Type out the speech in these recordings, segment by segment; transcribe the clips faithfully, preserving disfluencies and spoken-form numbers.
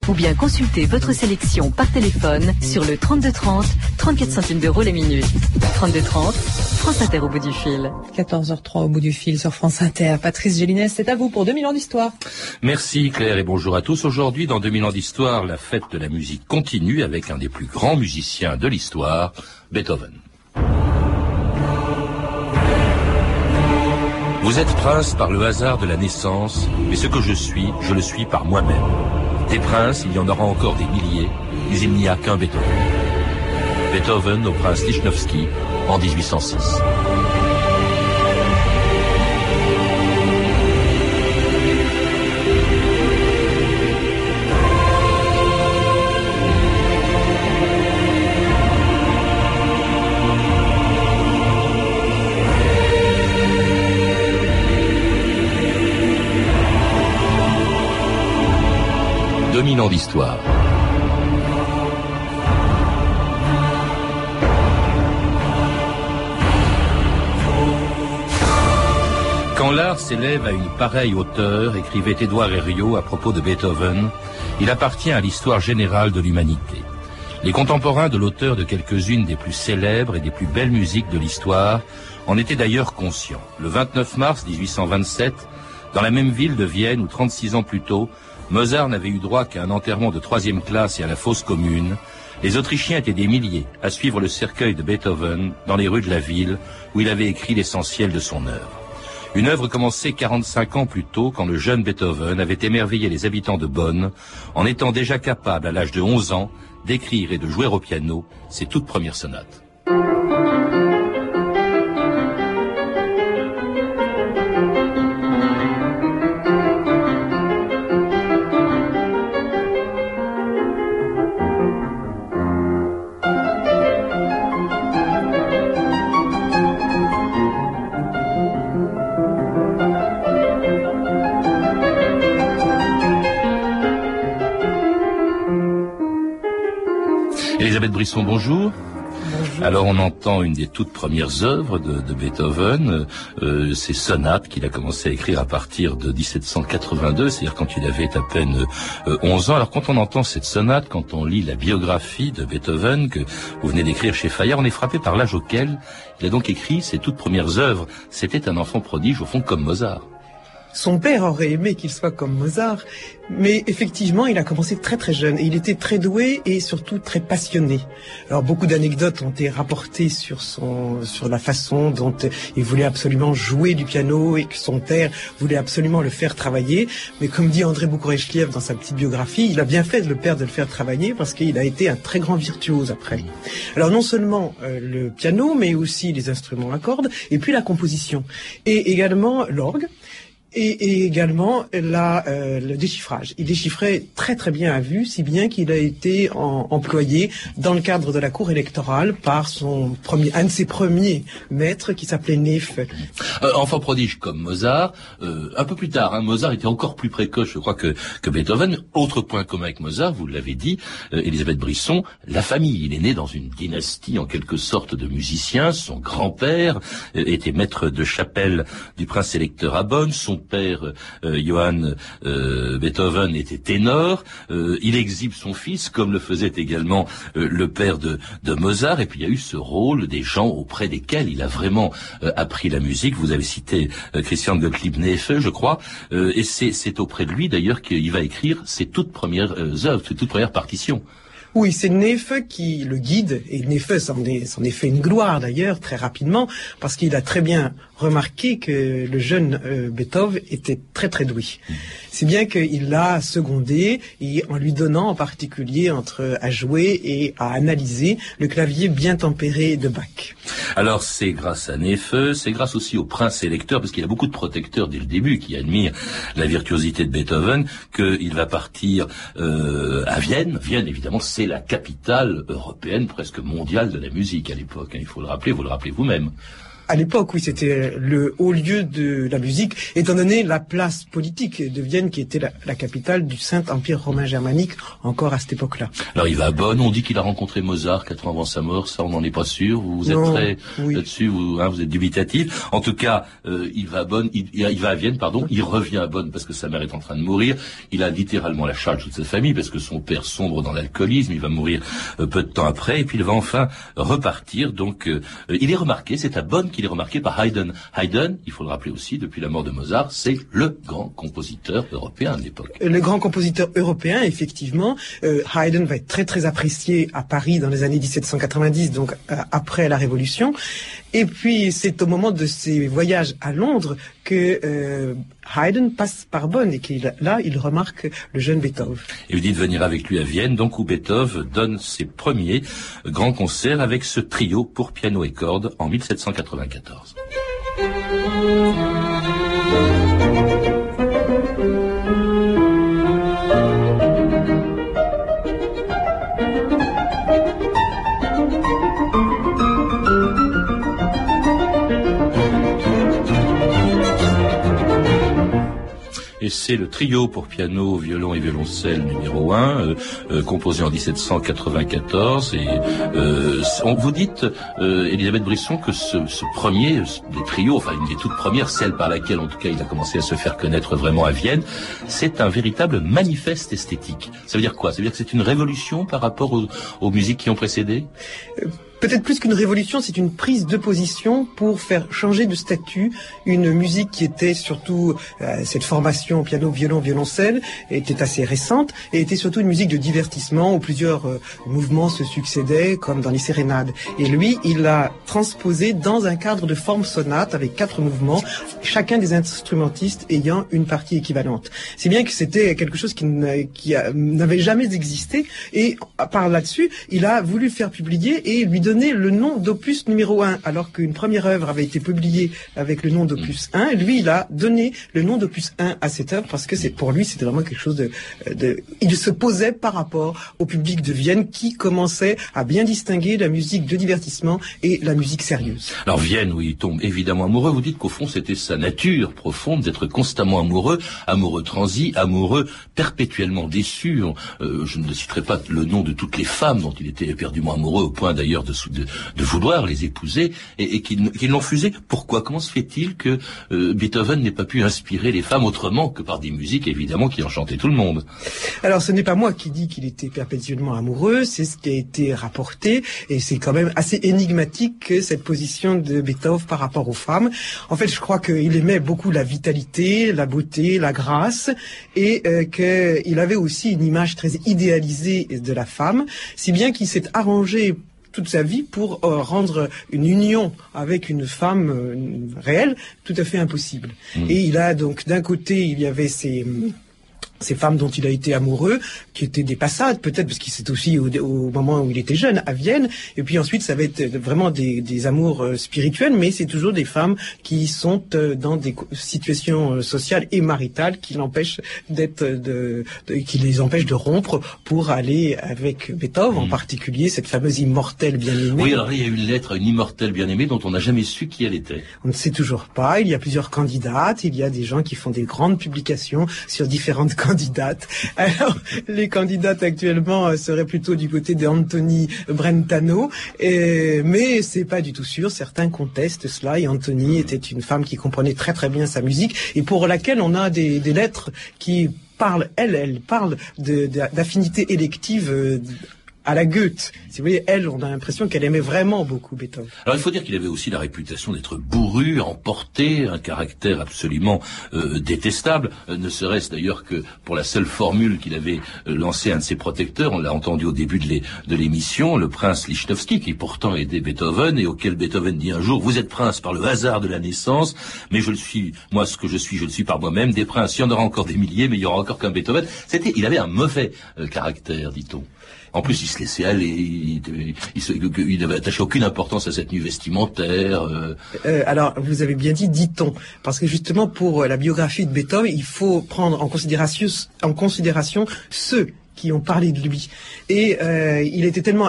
ou bien consultez votre sélection par téléphone sur le trente-deux trente, trente-quatre centimes d'euros la minute. trente-deux trente, France Inter au bout du fil. quatorze heures trois au bout du fil sur France Inter. Patrice Gélinet, c'est à vous pour deux mille ans d'histoire. Merci Claire et bonjour à tous. Aujourd'hui, dans deux mille ans d'histoire, la fête de la musique continue avec un des plus grands musiciens de l'histoire, Beethoven. Vous êtes prince par le hasard de la naissance, mais ce que je suis, je le suis par moi-même. Des princes, il y en aura encore des milliers, mais il n'y a qu'un Beethoven. Beethoven au prince Lichnowsky en dix-huit cent six. deux mille ans d'histoire. Quand l'art s'élève à une pareille hauteur, écrivait Édouard Herriot à propos de Beethoven, il appartient à l'histoire générale de l'humanité. Les contemporains de l'auteur de quelques-unes des plus célèbres et des plus belles musiques de l'histoire en étaient d'ailleurs conscients. Le vingt-neuf mars dix-huit cent vingt-sept, dans la même ville de Vienne où trente-six ans plus tôt, Mozart n'avait eu droit qu'à un enterrement de troisième classe et à la fosse commune, les Autrichiens étaient des milliers à suivre le cercueil de Beethoven dans les rues de la ville où il avait écrit l'essentiel de son œuvre. Une œuvre commencée quarante-cinq ans plus tôt quand le jeune Beethoven avait émerveillé les habitants de Bonn en étant déjà capable à l'âge de onze ans d'écrire et de jouer au piano ses toutes premières sonates. Elisabeth Brisson, bonjour. Bonjour. Alors on entend une des toutes premières œuvres de, de Beethoven, euh, ces sonates qu'il a commencé à écrire à partir de dix-sept cent quatre-vingt-deux, c'est-à-dire quand il avait à peine euh, onze ans. Alors quand on entend cette sonate, quand on lit la biographie de Beethoven que vous venez d'écrire chez Fayard, on est frappé par l'âge auquel il a donc écrit ses toutes premières œuvres. C'était un enfant prodige au fond comme Mozart. Son père aurait aimé qu'il soit comme Mozart, mais effectivement, il a commencé très très jeune et il était très doué et surtout très passionné. Alors beaucoup d'anecdotes ont été rapportées sur son sur la façon dont il voulait absolument jouer du piano et que son père voulait absolument le faire travailler. Mais comme dit André Boukhorechtchiev dans sa petite biographie, il a bien fait de le père de le faire travailler parce qu'il a été un très grand virtuose après. Alors non seulement euh, le piano, mais aussi les instruments à cordes et puis la composition et également l'orgue. Et, et également la, euh, le déchiffrage. Il déchiffrait très très bien à vue, si bien qu'il a été en, employé dans le cadre de la cour électorale par son premier, un de ses premiers maîtres qui s'appelait Neefe. Euh, enfant prodige comme Mozart, euh, un peu plus tard, hein, Mozart était encore plus précoce, je crois, que, que Beethoven. Autre point commun avec Mozart, vous l'avez dit, euh, Elisabeth Brisson, la famille. Il est né dans une dynastie en quelque sorte de musiciens. Son grand-père euh, était maître de chapelle du prince électeur à Bonn. Son père, euh, Johann euh, Beethoven, était ténor. Euh, il exhibe son fils, comme le faisait également euh, le père de, de Mozart. Et puis il y a eu ce rôle des gens auprès desquels il a vraiment euh, appris la musique. Vous avez cité euh, Christian Gottlieb Neefe, je crois. Euh, et c'est, c'est auprès de lui, d'ailleurs, qu'il va écrire ses toutes premières euh, œuvres, ses toutes premières partitions. Oui, c'est Neefe qui le guide, et Neefe s'en est, s'en est fait une gloire d'ailleurs très rapidement, parce qu'il a très bien remarqué que le jeune euh, Beethoven était très très doué. Mmh. Si bien qu'il l'a secondé, et en lui donnant en particulier entre à jouer et à analyser le clavier bien tempéré de Bach. Alors c'est grâce à Neefe, c'est grâce aussi au prince électeur, parce qu'il y a beaucoup de protecteurs dès le début qui admirent la virtuosité de Beethoven, qu'il va partir euh, à Vienne. Vienne, évidemment, c'est la capitale européenne, presque mondiale de la musique à l'époque. Hein, il faut le rappeler, vous le rappelez vous-même. À l'époque, oui, c'était le haut lieu de la musique, étant donné la place politique de Vienne, qui était la, la capitale du Saint-Empire romain germanique, encore à cette époque-là. Alors il va à Bonn, on dit qu'il a rencontré Mozart quatre ans avant sa mort, ça on n'en est pas sûr, vous, vous êtes non, très oui. là-dessus, vous, hein, vous êtes dubitatif. En tout cas, euh, il va à Bonn, il, il va à Vienne, pardon, il revient à Bonn parce que sa mère est en train de mourir. Il a littéralement la charge de toute sa famille parce que son père sombre dans l'alcoolisme, il va mourir euh, peu de temps après, et puis il va enfin repartir. Donc euh, il est remarqué, c'est à Bonn qu'il est remarqué par Haydn. Haydn, il faut le rappeler aussi, depuis la mort de Mozart, c'est le grand compositeur européen de l'époque. Le grand compositeur européen, effectivement. Euh, Haydn va être très très apprécié à Paris dans les années dix-sept cent quatre-vingt-dix, donc euh, après la Révolution. Et puis c'est au moment de ses voyages à Londres que euh, Haydn passe par Bonn et qu'il, là il remarque le jeune Beethoven. Et vous dites venir avec lui à Vienne, donc où Beethoven donne ses premiers grands concerts avec ce trio pour piano et cordes en mille sept cent quatre-vingt-quatorze. Et c'est le trio pour piano, violon et violoncelle numéro un, euh, euh, composé en dix-sept cent quatre-vingt-quatorze. Et euh, on vous dites, euh, Elisabeth Brisson, que ce, ce premier des trios, enfin une des toutes premières, celle par laquelle en tout cas il a commencé à se faire connaître vraiment à Vienne, c'est un véritable manifeste esthétique. Ça veut dire quoi? Ça veut dire que c'est une révolution par rapport aux, aux musiques qui ont précédé? Peut-être plus qu'une révolution, c'est une prise de position pour faire changer de statut une musique qui était surtout, euh, cette formation piano, violon, violoncelle, était assez récente et était surtout une musique de divertissement où plusieurs euh, mouvements se succédaient comme dans les sérénades. Et lui, il l'a transposé dans un cadre de forme sonate avec quatre mouvements, chacun des instrumentistes ayant une partie équivalente. C'est bien que c'était quelque chose qui, qui a, n'avait jamais existé et par là-dessus, il a voulu faire publier et lui donner le nom d'opus numéro un, alors qu'une première œuvre avait été publiée avec le nom d'opus un. Lui, il a donné le nom d'opus un à cette œuvre parce que c'est pour lui, c'était vraiment quelque chose de, de... Il se posait par rapport au public de Vienne qui commençait à bien distinguer la musique de divertissement et la musique sérieuse. Alors Vienne, où il tombe évidemment amoureux, vous dites qu'au fond, c'était sa nature profonde d'être constamment amoureux, amoureux transi, amoureux perpétuellement déçu. Euh, je ne citerai pas le nom de toutes les femmes dont il était éperdument amoureux, au point d'ailleurs de De, de vouloir les épouser et, et qu'ils qu'ils l'ont refusé. Pourquoi? Comment se fait-il que euh, Beethoven n'ait pas pu inspirer les femmes autrement que par des musiques évidemment qui enchantaient tout le monde? Alors ce n'est pas moi qui dis qu'il était perpétuellement amoureux, c'est ce qui a été rapporté et c'est quand même assez énigmatique que cette position de Beethoven par rapport aux femmes. En fait, je crois qu'il aimait beaucoup la vitalité, la beauté, la grâce et euh, qu'il avait aussi une image très idéalisée de la femme, si bien qu'il s'est arrangé toute sa vie pour euh, rendre une union avec une femme euh, réelle tout à fait impossible. Mmh. Et il a donc d'un côté il y avait ces ces femmes dont il a été amoureux, qui étaient des passades peut-être, parce qu'il c'est aussi au, au moment où il était jeune, à Vienne, et puis ensuite ça va être vraiment des, des amours euh, spirituels, mais c'est toujours des femmes qui sont euh, dans des situations euh, sociales et maritales qui l'empêchent d'être, de, de, qui les empêchent de rompre pour aller avec Beethoven, mmh. en particulier cette fameuse immortelle bien-aimée. Oui, alors il y a eu une lettre à une immortelle bien-aimée dont on n'a jamais su qui elle était. On ne sait toujours pas, il y a plusieurs candidates, il y a des gens qui font des grandes publications sur différentes candidates. Candidates. Alors, les candidates actuellement seraient plutôt du côté de Anthony Brentano, et, mais c'est pas du tout sûr. Certains contestent cela. Et Anthony était une femme qui comprenait très très bien sa musique et pour laquelle on a des, des lettres qui parlent, elle, elle parle de, de, d'affinité élective. Euh, à la Goethe. Si vous voyez, elle, on a l'impression qu'elle aimait vraiment beaucoup Beethoven. Alors il faut dire qu'il avait aussi la réputation d'être bourru, emporté, un caractère absolument euh, détestable, euh, ne serait-ce d'ailleurs que pour la seule formule qu'il avait euh, lancée un de ses protecteurs, on l'a entendu au début de, les, de l'émission, le prince Lichnowsky, qui pourtant aidait Beethoven, et auquel Beethoven dit un jour, vous êtes prince par le hasard de la naissance, mais je le suis, moi ce que je suis, je le suis par moi-même, des princes, il y en aura encore des milliers, mais il y aura encore qu'un Beethoven. C'était, il avait un mauvais euh, caractère, dit-on. En plus, il se laissait aller, il, il, il, il n'avait attaché aucune importance à cette nuit vestimentaire. Euh. Euh, alors, vous avez bien dit, dit-on, parce que justement, pour la biographie de Beethoven, il faut prendre en considération, en considération ceux qui ont parlé de lui. Et euh, il était tellement ex-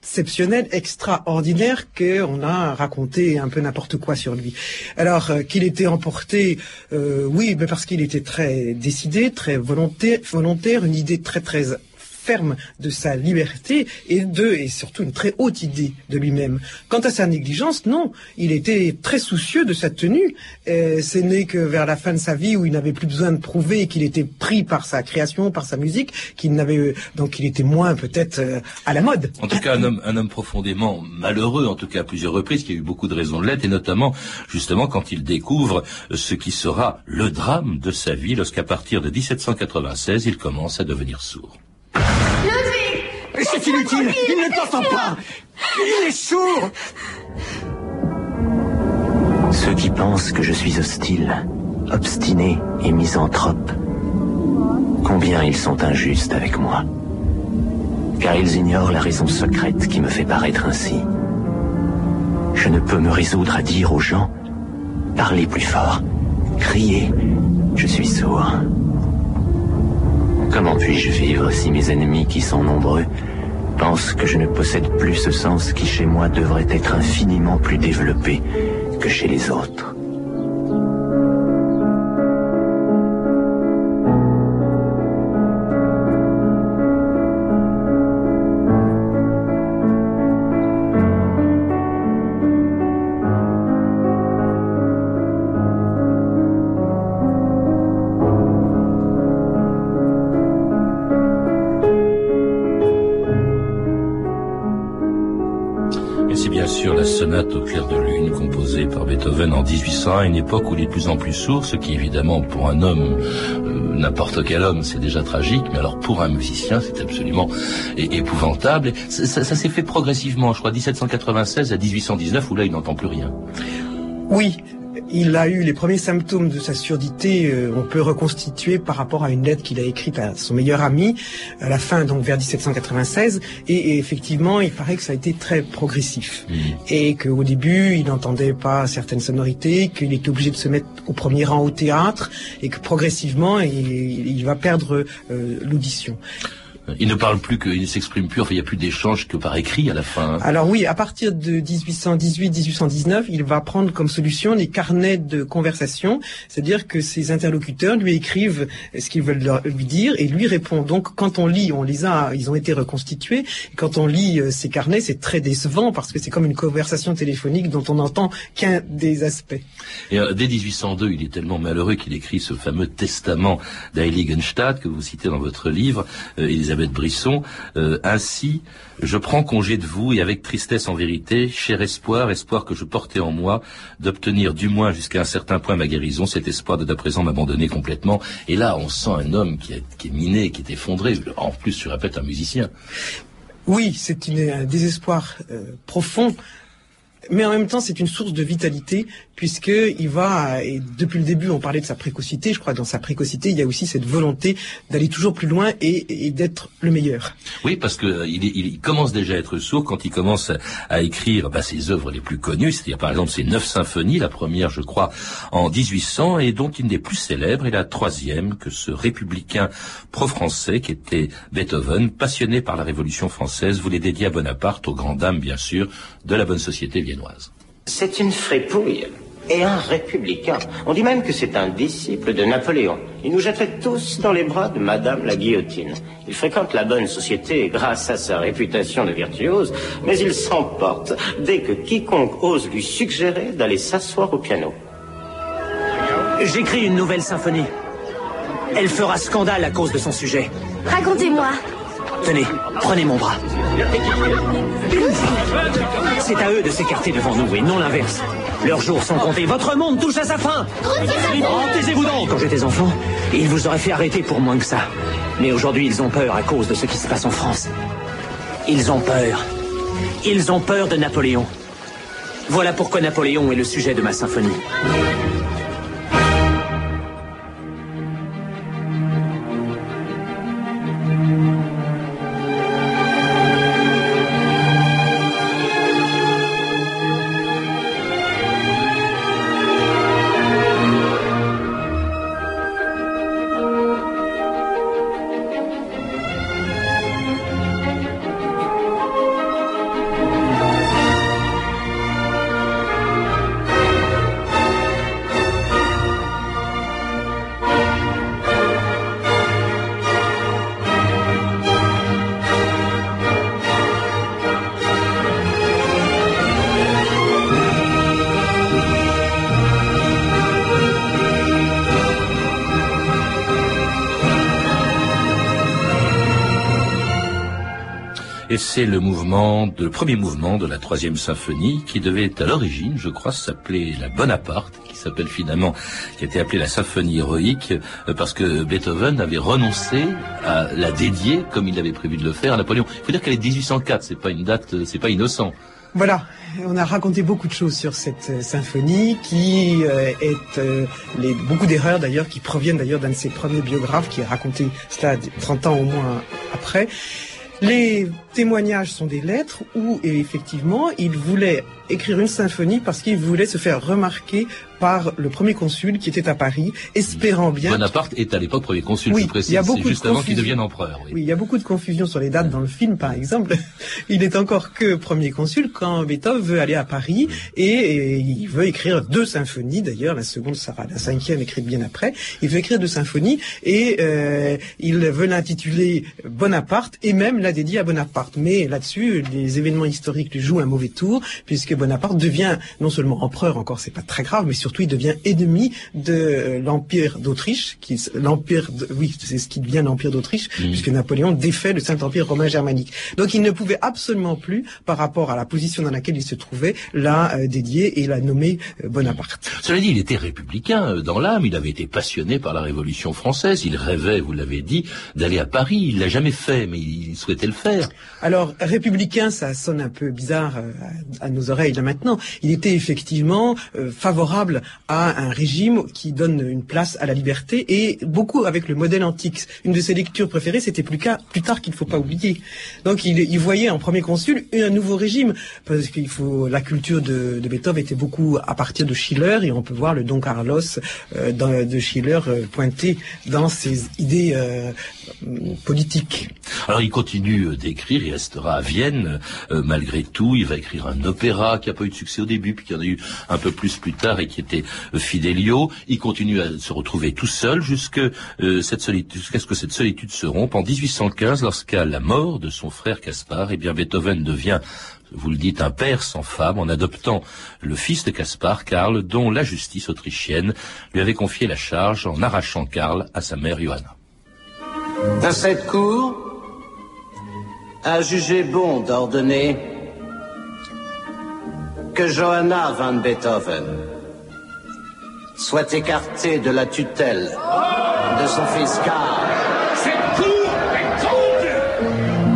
exceptionnel, extraordinaire, qu'on a raconté un peu n'importe quoi sur lui. Alors euh, qu'il était emporté, euh, oui, mais parce qu'il était très décidé, très volontaire, volontaire, une idée très très ferme de sa liberté et de et surtout une très haute idée de lui-même. Quant à sa négligence, non, il était très soucieux de sa tenue. Euh, ce n'est que vers la fin de sa vie où il n'avait plus besoin de prouver qu'il était pris par sa création, par sa musique, qu'il n'avait donc il était moins peut-être euh, à la mode. En tout cas, un homme, un homme profondément malheureux, en tout cas à plusieurs reprises, qui a eu beaucoup de raisons de l'être, et notamment justement quand il découvre ce qui sera le drame de sa vie, lorsqu'à partir de dix-sept cent quatre-vingt-seize, il commence à devenir sourd. Ludwig! C'est inutile, il ne t'entend pas. Il est sourd. Ceux qui pensent que je suis hostile, obstiné et misanthrope, combien ils sont injustes avec moi. Car ils ignorent la raison secrète qui me fait paraître ainsi. Je ne peux me résoudre à dire aux gens, parlez plus fort, criez, je suis sourd. Comment puis-je vivre si mes ennemis, qui sont nombreux, pensent que je ne possède plus ce sens qui chez moi devrait être infiniment plus développé que chez les autres? Sonate au clair de lune, composée par Beethoven en dix-huit cent un, une époque où il est de plus en plus sourd, ce qui évidemment pour un homme, euh, n'importe quel homme, c'est déjà tragique, mais alors pour un musicien, c'est absolument é- épouvantable. Et ça, ça, ça s'est fait progressivement, je crois, dix-sept cent quatre-vingt-seize à dix-huit cent dix-neuf, où là il n'entend plus rien. Oui. Il a eu les premiers symptômes de sa surdité, euh, on peut reconstituer par rapport à une lettre qu'il a écrite à son meilleur ami, à la fin, donc vers dix-sept cent quatre-vingt-seize, et, et effectivement, il paraît que ça a été très progressif. Mmh. Et qu'au début, il n'entendait pas certaines sonorités, qu'il était obligé de se mettre au premier rang au théâtre, et que progressivement, il, il va perdre euh, l'audition. Il ne parle plus, qu'il ne s'exprime plus, enfin il n'y a plus d'échange que par écrit à la fin. Hein. Alors oui, à partir de dix-huit cent dix-huit dix-huit cent dix-neuf, il va prendre comme solution les carnets de conversation, c'est-à-dire que ses interlocuteurs lui écrivent ce qu'ils veulent leur, lui dire et lui répond. Donc quand on lit, on les a, ils ont été reconstitués, et quand on lit euh, ces carnets, c'est très décevant parce que c'est comme une conversation téléphonique dont on n'entend qu'un des aspects. Et euh, dès dix-huit cent deux, il est tellement malheureux qu'il écrit ce fameux testament d'Heiligenstadt que vous citez dans votre livre, euh, Elisabeth Brisson, euh, ainsi, je prends congé de vous et avec tristesse en vérité, cher espoir, espoir que je portais en moi, d'obtenir du moins jusqu'à un certain point ma guérison, cet espoir de d'à présent m'abandonner complètement. Et là, on sent un homme qui est, qui est miné, qui est effondré, en plus, je répète, un musicien. Oui, c'est une, un désespoir euh, profond. Mais en même temps, c'est une source de vitalité, puisqu'il va, et depuis le début, on parlait de sa précocité, je crois que dans sa précocité, il y a aussi cette volonté d'aller toujours plus loin et, et d'être le meilleur. Oui, parce que il, il commence déjà à être sourd quand il commence à écrire bah, ses œuvres les plus connues, c'est-à-dire par exemple ses neuf symphonies, la première, je crois, en dix-huit cents, et dont une des plus célèbres est la troisième, que ce républicain pro-français, qui était Beethoven, passionné par la Révolution française, voulait dédier à Bonaparte, aux grandes dames, bien sûr, de la bonne société viennoise. C'est une fripouille et un républicain. On dit même que c'est un disciple de Napoléon. Il nous jetterait tous dans les bras de Madame la Guillotine. Il fréquente la bonne société grâce à sa réputation de virtuose, mais il s'emporte dès que quiconque ose lui suggérer d'aller s'asseoir au piano. J'écris une nouvelle symphonie. Elle fera scandale à cause de son sujet. Racontez-moi. Tenez, prenez mon bras. C'est à eux de s'écarter devant nous et non l'inverse. Leurs jours sont comptés. Votre monde touche à sa fin. Oh, taisez-vous donc. Quand j'étais enfant, ils vous auraient fait arrêter pour moins que ça. Mais aujourd'hui, ils ont peur à cause de ce qui se passe en France. Ils ont peur. Ils ont peur de Napoléon. Voilà pourquoi Napoléon est le sujet de ma symphonie. Et c'est le mouvement, de, le premier mouvement de la troisième symphonie qui devait à l'origine, je crois, s'appeler la Bonaparte, qui s'appelle finalement, qui a été appelée la symphonie héroïque, euh, parce que Beethoven avait renoncé à la dédier, comme il avait prévu de le faire, à Napoléon. Il faut dire qu'elle est dix-huit cent quatre, c'est pas une date, c'est pas innocent. Voilà, on a raconté beaucoup de choses sur cette euh, symphonie qui euh, est euh, les, beaucoup d'erreurs d'ailleurs qui proviennent d'ailleurs d'un de ses premiers biographes qui a raconté cela trente ans au moins après. Les témoignages sont des lettres où et effectivement il voulait écrire une symphonie parce qu'il voulait se faire remarquer par le premier consul qui était à Paris, espérant bien... Bonaparte est à l'époque premier consul, oui, je précise, il y a beaucoup c'est juste de avant confusion. qu'il devienne empereur. Oui. oui, il y a beaucoup de confusion sur les dates dans le film, par exemple. Il est encore que premier consul quand Beethoven veut aller à Paris et, et il veut écrire deux symphonies, d'ailleurs, la seconde sera la cinquième écrite bien après. Il veut écrire deux symphonies et euh, il veut l'intituler Bonaparte et même la dédier à Bonaparte. Mais là-dessus, les événements historiques lui jouent un mauvais tour puisque Bonaparte devient non seulement empereur, encore c'est pas très grave, mais surtout il devient ennemi de l'Empire d'Autriche, qui l'Empire, de, oui, c'est ce qui devient l'Empire d'Autriche, mmh. puisque Napoléon défait le Saint-Empire romain germanique. Donc il ne pouvait absolument plus, par rapport à la position dans laquelle il se trouvait, la euh, dédier et la nommer euh, Bonaparte. Cela dit, il était républicain euh, dans l'âme, il avait été passionné par la Révolution française, il rêvait, vous l'avez dit, d'aller à Paris, il l'a jamais fait, mais il souhaitait le faire. Alors, républicain, ça sonne un peu bizarre euh, à, à nos oreilles là maintenant. Il était effectivement euh, favorable à un régime qui donne une place à la liberté et beaucoup avec le modèle antique. Une de ses lectures préférées, c'était plus, plus tard qu'il ne faut pas oublier. Donc il, il voyait en premier consul un nouveau régime parce qu'il faut la culture de, de Beethoven était beaucoup à partir de Schiller et on peut voir le Don Carlos euh, dans, de Schiller euh, pointé dans ses idées euh, politiques. Alors il continue d'écrire, il restera à Vienne euh, malgré tout, il va écrire un opéra qui n'a pas eu de succès au début puis qui en a eu un peu plus plus tard et qui était euh, Fidelio. Il continue à se retrouver tout seul jusque, euh, cette solitude, jusqu'à ce que cette solitude se rompe en dix-huit cent quinze lorsqu'à la mort de son frère Caspar, eh bien Beethoven devient, vous le dites, un père sans femme en adoptant le fils de Caspar, Karl, dont la justice autrichienne lui avait confié la charge en arrachant Karl à sa mère Johanna. Cette cour a jugé bon d'ordonner que Johanna van Beethoven soit écartée de la tutelle de son fils Karl. Cette cour est contre!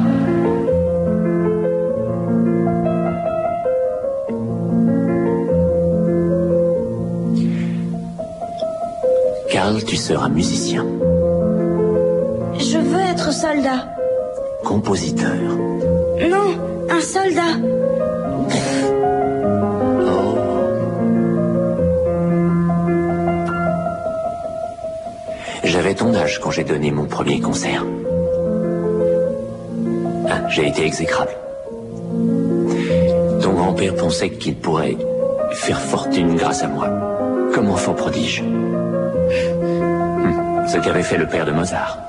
Karl, tu seras musicien. Je veux être soldat. Compositeur. Non, un soldat. Oh. J'avais ton âge quand j'ai donné mon premier concert. Ah, j'ai été exécrable. Ton grand-père pensait qu'il pourrait faire fortune grâce à moi, comme enfant prodige. Hum, ce qu'avait fait le père de Mozart.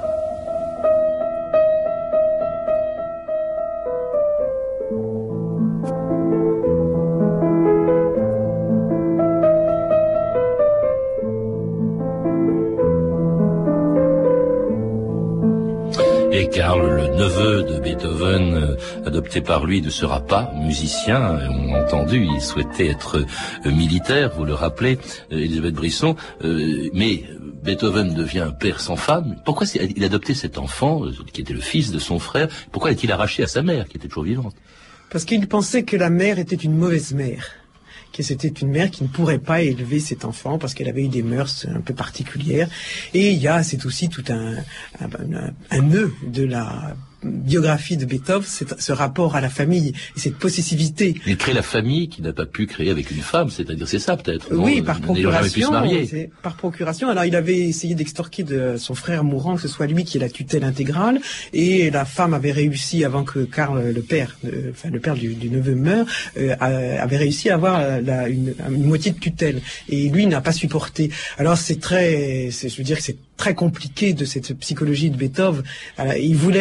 Et Karl, le neveu de Beethoven, euh, adopté par lui, ne sera pas musicien. On a entendu, il souhaitait être euh, militaire, vous le rappelez, euh, Elisabeth Brisson. Euh, mais Beethoven devient un père sans femme. Pourquoi il a adopté cet enfant, euh, qui était le fils de son frère? Pourquoi l'a-t-il arraché à sa mère, qui était toujours vivante? Parce qu'il pensait que la mère était une mauvaise mère. Que c'était une mère qui ne pourrait pas élever cet enfant parce qu'elle avait eu des mœurs un peu particulières. Et il y a, c'est aussi tout un, un, un, un nœud de la biographie de Beethoven, c'est ce rapport à la famille et cette possessivité. Il crée la famille qu'il n'a pas pu créer avec une femme, c'est-à-dire c'est ça peut-être. Oui, non, par procuration. Par procuration. Alors il avait essayé d'extorquer de son frère mourant que ce soit lui qui ait la tutelle intégrale, et la femme avait réussi avant que Karl, le père, de, enfin le père du, du neveu meure, euh, avait réussi à avoir la, une, une moitié de tutelle, et lui n'a pas supporté. Alors c'est très, c'est, je veux dire que c'est très compliqué de cette psychologie de Beethoven. Alors, il voulait être tout seul.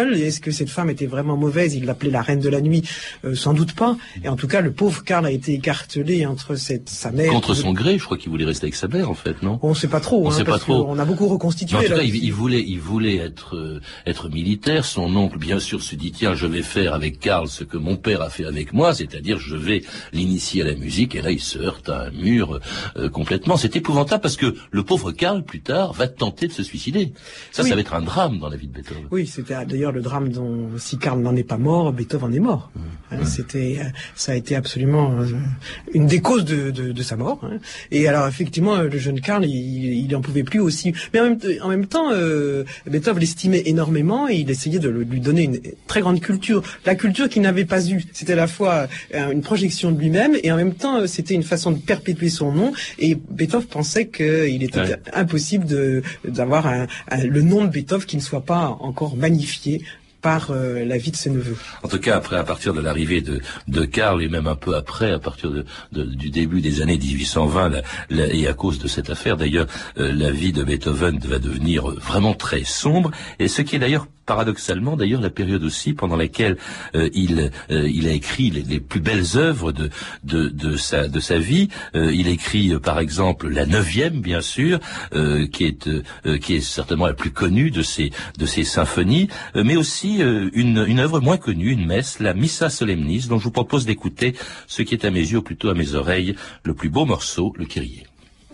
seul. Et est-ce que cette femme était vraiment mauvaise? Il l'appelait la reine de la nuit, euh, sans doute pas. Et en tout cas, le pauvre Karl a été écartelé entre cette, sa mère... Contre son gré, je crois qu'il voulait rester avec sa mère, en fait, non? On ne sait pas trop. On hein, sait pas trop. On a beaucoup reconstitué. Mais en tout là, cas, il, il voulait, il voulait être, euh, être militaire. Son oncle, bien sûr, se dit, tiens, je vais faire avec Karl ce que mon père a fait avec moi, c'est-à-dire je vais l'initier à la musique. Et là, il se heurte à un mur euh, complètement. C'est épouvantable parce que le pauvre Karl, plus tard, va tenter de se suicider. Ça, oui. ça va être un drame dans la vie de Beethoven. Oui, c'était d'ailleurs le drame dont, si Karl n'en est pas mort, Beethoven en est mort. Mmh. Hein, c'était, ça a été absolument euh, une des causes de, de, de sa mort. Hein. Et alors, effectivement, le jeune Karl, il, il en pouvait plus aussi. Mais en même, en même temps, euh, Beethoven l'estimait énormément et il essayait de lui donner une très grande culture. La culture qu'il n'avait pas eue. C'était à la fois une projection de lui-même et en même temps, c'était une façon de perpétuer son nom. Et Beethoven pensait qu'il était ouais. impossible de, d'avoir un, un, le nom de Beethoven qui ne soit pas encore magnifié par euh, la vie de ses neveux. En tout cas, après, à partir de l'arrivée de, de Karl, et même un peu après, à partir de, de, du début des années dix-huit cent vingt, la, la, et à cause de cette affaire, d'ailleurs, euh, la vie de Beethoven va devenir vraiment très sombre, et ce qui est d'ailleurs paradoxalement, d'ailleurs, la période aussi pendant laquelle euh, il euh, il a écrit les, les plus belles œuvres de de de sa de sa vie. Euh, il écrit, euh, par exemple, la neuvième, bien sûr, euh, qui est euh, qui est certainement la plus connue de ses de ses symphonies, euh, mais aussi euh, une une œuvre moins connue, une messe, la Missa Solemnis, dont je vous propose d'écouter ce qui est à mes yeux, ou plutôt à mes oreilles, le plus beau morceau, le Kyrie.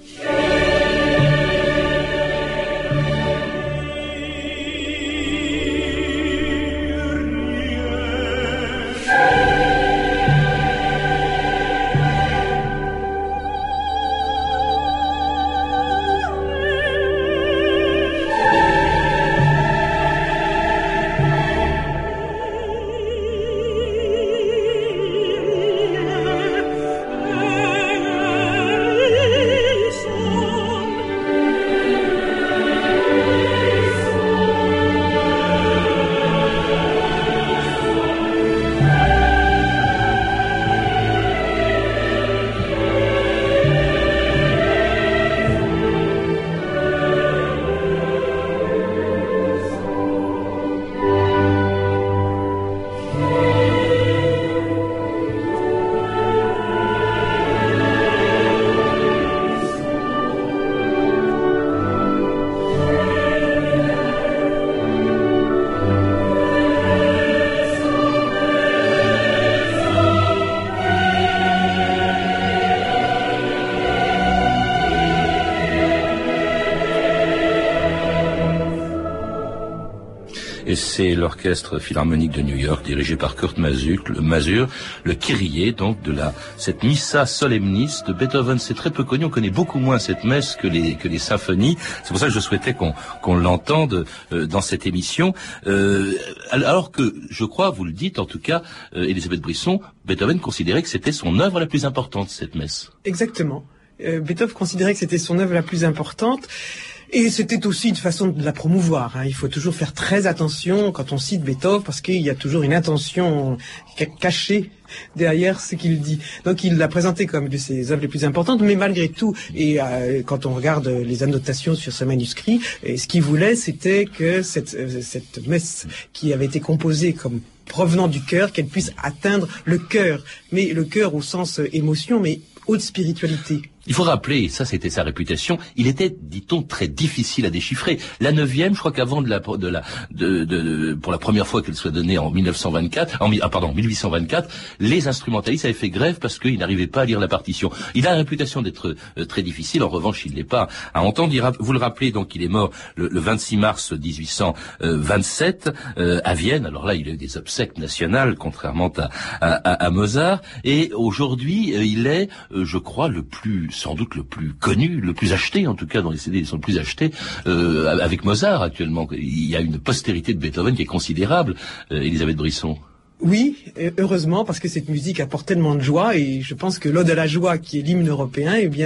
Et c'est l'orchestre philharmonique de New York, dirigé par Kurt Masur, le, Masur, le Kyrie, donc de la cette Missa Solemnis de Beethoven. C'est très peu connu, on connaît beaucoup moins cette messe que les que les symphonies. C'est pour ça que je souhaitais qu'on qu'on l'entende euh, dans cette émission. Euh, alors que je crois, vous le dites en tout cas, euh, Elisabeth Brisson, Beethoven considérait que c'était son œuvre la plus importante, cette messe. Exactement. Euh, Beethoven considérait que c'était son œuvre la plus importante. Et c'était aussi une façon de la promouvoir. Hein. Il faut toujours faire très attention quand on cite Beethoven parce qu'il y a toujours une intention cachée derrière ce qu'il dit. Donc il l'a présenté comme une de ses œuvres les plus importantes, mais malgré tout, et euh, quand on regarde les annotations sur ce manuscrit, et ce qu'il voulait, c'était que cette, euh, cette messe qui avait été composée comme provenant du cœur, qu'elle puisse atteindre le cœur, mais le cœur au sens euh, émotion, mais haute spiritualité. Il faut rappeler, ça c'était sa réputation, il était, dit-on, très difficile à déchiffrer. La neuvième, je crois qu'avant de la, de la, de, de, de, pour la première fois qu'elle soit donnée en mille neuf cent vingt-quatre, en, ah, pardon, mille huit cent vingt-quatre, les instrumentalistes avaient fait grève parce qu'ils n'arrivaient pas à lire la partition. Il a la réputation d'être euh, très difficile, en revanche, il ne l'est pas à entendre. Il, vous le rappelez, donc, il est mort le, le vingt-six mars mille huit cent vingt-sept euh, à Vienne. Alors là, il a eu des obsèques nationales, contrairement à, à, à, à Mozart. Et aujourd'hui, euh, il est, euh, je crois, le plus sans doute le plus connu, le plus acheté, en tout cas dans les C D, ils sont le plus achetés, euh, avec Mozart actuellement. Il y a une postérité de Beethoven qui est considérable, euh, Elisabeth Brisson. Oui, heureusement, parce que cette musique apporte tellement de joie, et je pense que l'Ode à la joie, qui est l'hymne européen, eh bien,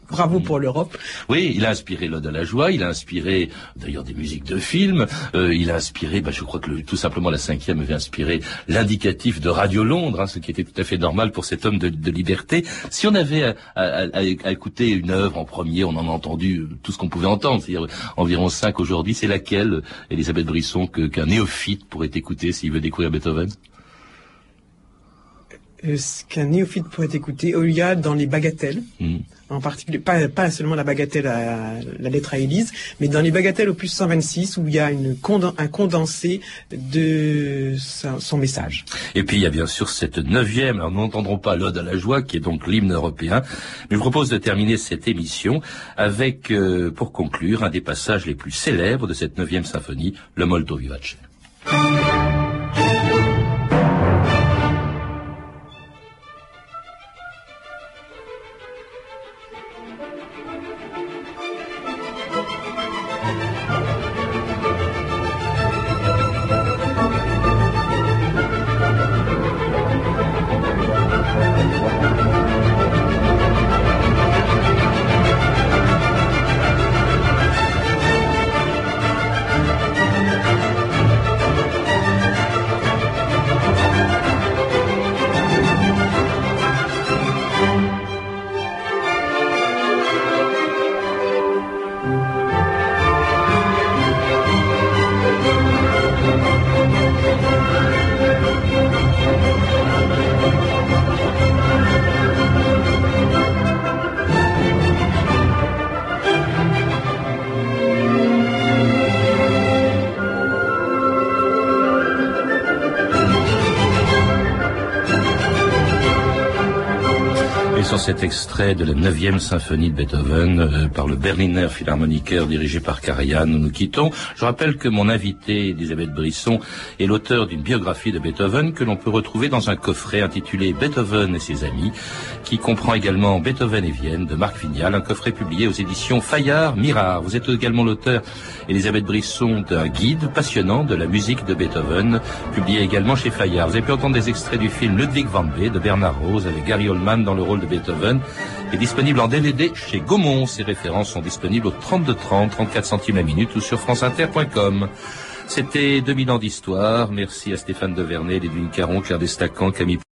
bravo pour l'Europe. Oui, il a inspiré l'Ode à la joie, il a inspiré d'ailleurs des musiques de films, euh, il a inspiré, bah, je crois que le, tout simplement la cinquième avait inspiré l'indicatif de Radio Londres, hein, ce qui était tout à fait normal pour cet homme de, de liberté. Si on avait à, à, à, à écouter une œuvre en premier, on en a entendu tout ce qu'on pouvait entendre, c'est-à-dire environ cinq aujourd'hui, c'est laquelle, Elisabeth Brisson, que, qu'un néophyte pourrait écouter s'il veut découvrir Beethoven? Euh, ce qu'un néophyte pourrait écouter, il y a dans les bagatelles, mmh. en particulier, pas, pas seulement la bagatelle à la lettre à Élise, mais dans les bagatelles opus cent vingt-six, où il y a une conden, un condensé de son, son message. Et puis il y a bien sûr cette neuvième, alors nous n'entendrons pas l'Ode à la joie, qui est donc l'hymne européen, mais je vous propose de terminer cette émission avec, euh, pour conclure, un des passages les plus célèbres de cette neuvième symphonie, le Molto Vivace. Sur cet extrait de la neuvième symphonie de Beethoven euh, par le Berliner Philharmoniker dirigé par Karajan, nous nous quittons. Je rappelle que mon invité, Elisabeth Brisson, est l'auteur d'une biographie de Beethoven que l'on peut retrouver dans un coffret intitulé Beethoven et ses amis, qui comprend également Beethoven et Vienne de Marc Vignal, un coffret publié aux éditions Fayard-Mirard. Vous êtes également l'auteur, Elisabeth Brisson, d'un guide passionnant de la musique de Beethoven, publié également chez Fayard. Vous avez pu entendre des extraits du film Ludwig van Beethoven de Bernard Rose avec Gary Oldman dans le rôle de Beethoven, est disponible en D V D chez Gaumont. Ces références sont disponibles au trente-deux trente, trente-quatre centimes la minute ou sur franceinter point com. C'était deux mille ans d'histoire. Merci à Stéphane Devernay, Lédouine Caron, Claire Destacan, Camille